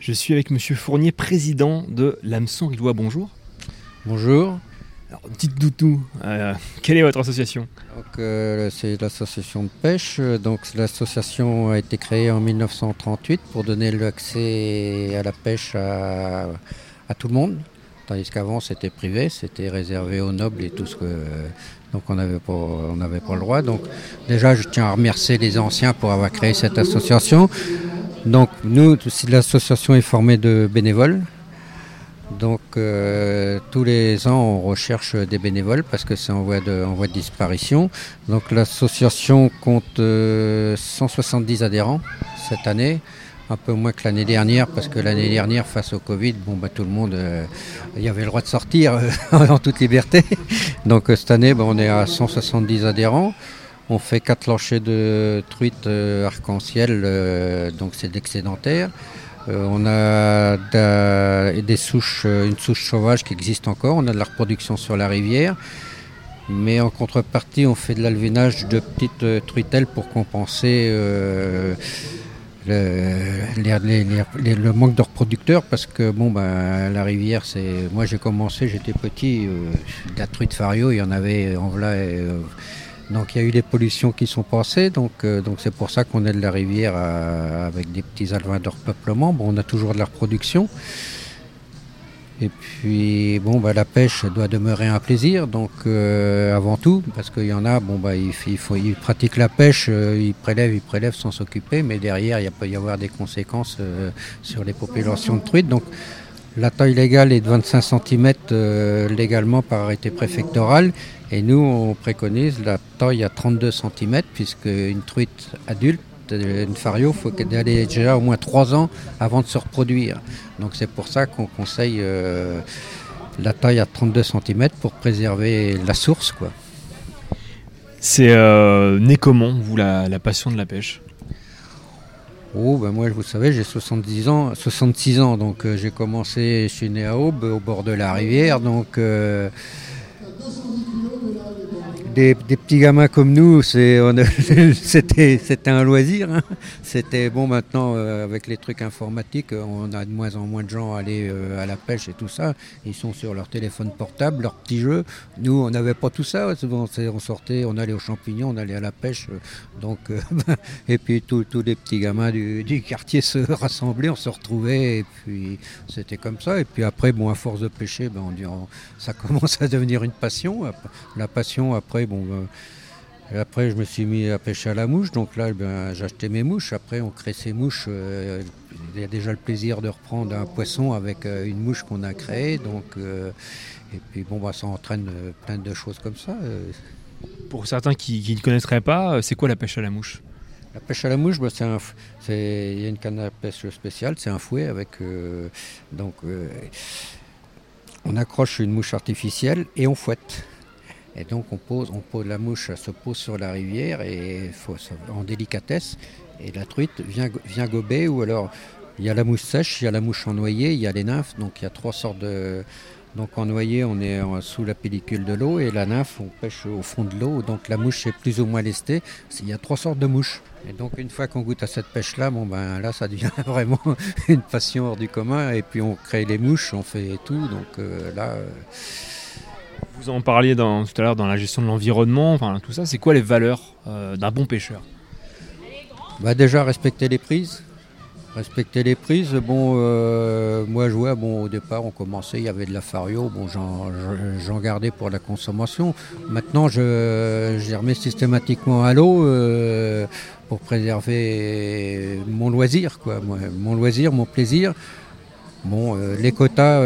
Je suis avec Monsieur Fournier, président de l'Hameçon Rilois. Bonjour. Bonjour. Alors, dites-nous, quelle est votre association ? C'est l'association de pêche. Donc, l'association a été créée en 1938 pour donner l'accès à la pêche à tout le monde. Tandis qu'avant, c'était privé, c'était réservé aux nobles et tout ce que... Donc, on n'avait pas le droit. Donc, déjà, je tiens à remercier les anciens pour avoir créé cette association. Donc, nous, l'association est formée de bénévoles. Donc tous les ans on recherche des bénévoles parce que c'est en voie de disparition. Donc l'association compte 170 adhérents cette année, un peu moins que l'année dernière parce que l'année dernière face au Covid, tout le monde il y avait le droit de sortir en toute liberté. Donc cette année on est à 170 adhérents. On fait 4 lanchers de truites arc-en-ciel, donc c'est d'excédentaire. On a des souches, une souche sauvage qui existe encore, on a de la reproduction sur la rivière, mais en contrepartie on fait de l'alvénage de petites truitelles pour compenser le manque de reproducteurs parce que la rivière moi j'ai commencé, j'étais petit, de la truite fario, il y en avait en v'là. Donc il y a eu des pollutions qui sont passées, donc c'est pour ça qu'on aide la rivière avec des petits alevins de repeuplement. On a toujours de la reproduction. Et puis la pêche doit demeurer un plaisir, donc avant tout, parce qu'il y en a, ils pratiquent la pêche, ils prélèvent sans s'occuper, mais derrière il peut y avoir des conséquences sur les populations de truites. Donc la taille légale est de 25 cm légalement par arrêté préfectoral. Et nous, on préconise la taille à 32 cm, puisque une truite adulte, une fario, il faut qu'elle ait déjà au moins 3 ans avant de se reproduire. Donc c'est pour ça qu'on conseille la taille à 32 cm pour préserver la source, quoi. C'est né comment, vous, la passion de la pêche ? Moi, vous savez, j'ai 66 ans, donc j'ai commencé, je suis né à Aube, au bord de la rivière, donc... Des petits gamins comme nous, c'était un loisir. Hein. C'était maintenant avec les trucs informatiques, on a de moins en moins de gens à aller à la pêche et tout ça. Ils sont sur leur téléphone portable, leurs petits jeux. Nous, on n'avait pas tout ça. On sortait, on allait aux champignons, on allait à la pêche. Et puis tous les petits gamins du quartier se rassemblaient, on se retrouvait et puis c'était comme ça. Et puis après, à force de pêcher, ça commence à devenir une passion. La passion après. Après, je me suis mis à pêcher à la mouche, donc là, j'ai acheté mes mouches. Après, on crée ces mouches. Il y a déjà le plaisir de reprendre un poisson avec une mouche qu'on a créée. Et puis, ça entraîne plein de choses comme ça. Pour certains qui ne connaîtraient pas, c'est quoi la pêche à la mouche ? La pêche à la mouche, il y a une canne à pêche spéciale, c'est un fouet avec... on accroche une mouche artificielle et on fouette. Et donc la mouche se pose sur la rivière et en délicatesse. Et la truite vient gober, ou alors il y a la mouche sèche, il y a la mouche en noyer, il y a les nymphes. Donc il y a 3 sortes de... Donc en noyer, on est sous la pellicule de l'eau, et la nymphe, on pêche au fond de l'eau. Donc la mouche est plus ou moins lestée. Il y a 3 sortes de mouches. Et donc une fois qu'on goûte à cette pêche-là, là ça devient vraiment une passion hors du commun. Et puis on crée les mouches, on fait tout. Donc Vous en parliez tout à l'heure dans la gestion de l'environnement, tout ça. C'est quoi les valeurs d'un bon pêcheur ? Déjà respecter les prises. Moi je vois, au départ on commençait, il y avait de la fario, j'en gardais pour la consommation. Maintenant je remets systématiquement à l'eau pour préserver mon loisir, quoi. Mon loisir, mon plaisir. Les quotas,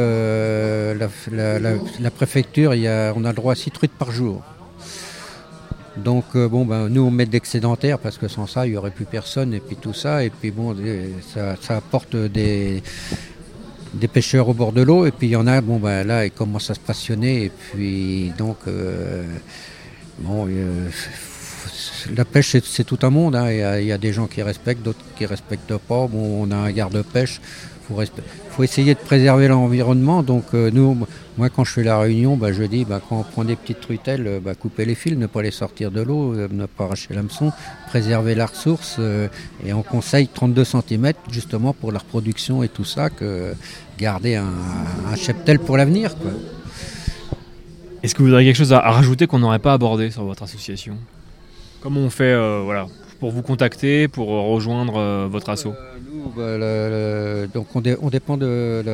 la préfecture, on a le droit à 6 truites par jour. Donc nous on met de l'excédentaire parce que sans ça il n'y aurait plus personne, et puis tout ça, et puis ça apporte des pêcheurs au bord de l'eau, et puis il y en a, là ils commencent à se passionner, et puis donc la pêche, c'est tout un monde. Hein. Il y a des gens qui respectent, d'autres qui ne respectent pas. Bon, on a un garde-pêche. Faut essayer de préserver l'environnement. Donc moi quand je fais la réunion, je dis quand on prend des petites truitelles, couper les fils, ne pas les sortir de l'eau, ne pas arracher l'hameçon, préserver la ressource. Et on conseille 32 cm justement pour la reproduction et tout ça, que garder un cheptel pour l'avenir, quoi. Est-ce que vous auriez quelque chose à rajouter qu'on n'aurait pas abordé sur votre association ? Comment on fait pour vous contacter, pour rejoindre votre asso ? Nous, donc on dépend de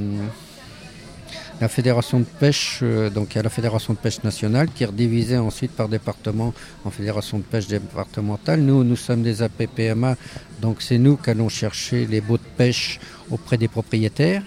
la fédération de pêche. Donc il y a la fédération de pêche nationale qui est redivisée ensuite par département en fédération de pêche départementale. Nous sommes des APPMA, donc c'est nous qui allons chercher les baux de pêche auprès des propriétaires.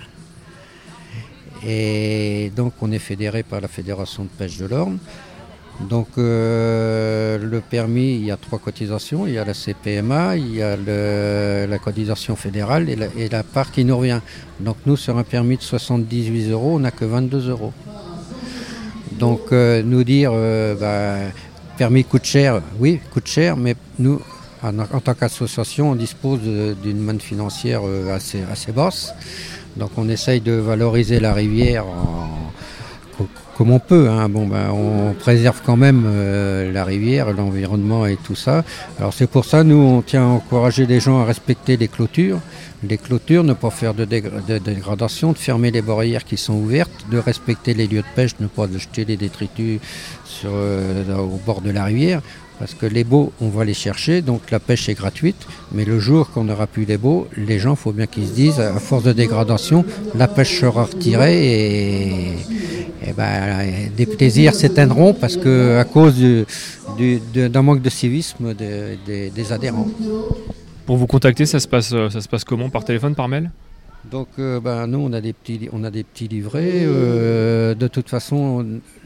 Et donc on est fédéré par la fédération de pêche de l'Orne. Donc le permis, il y a 3 cotisations, il y a la CPMA, il y a la cotisation fédérale et la part qui nous revient. Donc nous, sur un permis de 78 €, on n'a que 22 €. Donc nous dire, permis coûte cher, oui, coûte cher, mais nous, en tant qu'association, on dispose d'une manne financière assez basse. Donc on essaye de valoriser la rivière comme on peut. Hein. On préserve quand même la rivière, l'environnement et tout ça. Alors c'est pour ça, nous, on tient à encourager les gens à respecter les clôtures. Les clôtures, ne pas faire de dégradation, de fermer les barrières qui sont ouvertes, de respecter les lieux de pêche, ne pas jeter les détritus au bord de la rivière. Parce que les baux, on va les chercher, donc la pêche est gratuite. Mais le jour qu'on n'aura plus les baux, les gens, il faut bien qu'ils se disent, à force de dégradation, la pêche sera retirée et des plaisirs s'éteindront parce que à cause d'un manque de civisme des adhérents. Pour vous contacter, ça se passe comment ? Par téléphone, par mail ? Donc nous on a des petits livrets. De toute façon,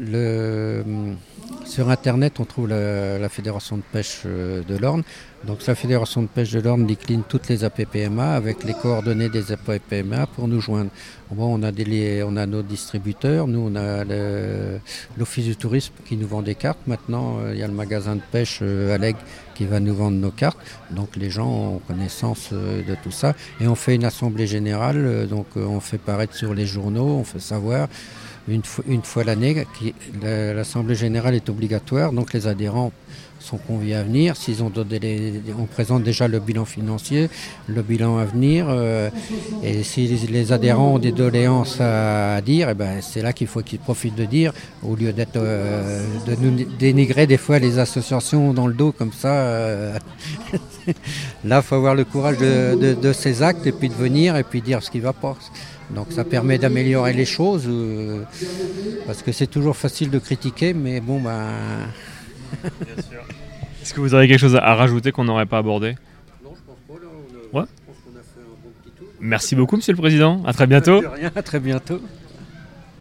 sur internet on trouve la fédération de pêche de l'Orne. Donc la fédération de pêche de l'Orne décline toutes les APPMA avec les coordonnées des APPMA pour nous joindre. Bon, on a nos distributeurs, nous on a l'office du tourisme qui nous vend des cartes. Maintenant il y a le magasin de pêche Alleg qui va nous vendre nos cartes. Donc les gens ont connaissance de tout ça. Et on fait une assemblée générale, donc on fait paraître sur les journaux, on fait savoir une fois l'année. L'assemblée générale est obligatoire, donc les adhérents sont conviés à venir. On présente déjà le bilan financier, le bilan à venir. Et si les adhérents ont des doléances à dire, c'est là qu'il faut qu'ils profitent de dire, au lieu de nous dénigrer des fois les associations dans le dos comme ça. Là, il faut avoir le courage de ces actes et puis de venir et puis dire ce qui ne va pas. Donc ça permet d'améliorer les choses, parce que c'est toujours facile de critiquer, mais bon, Bien sûr. Est-ce que vous auriez quelque chose à rajouter qu'on n'aurait pas abordé ? Non, je pense pas. Là, Ouais. je pense qu'on a fait un bon petit tour. Merci beaucoup, Monsieur le Président. À très bientôt. De rien, à très bientôt.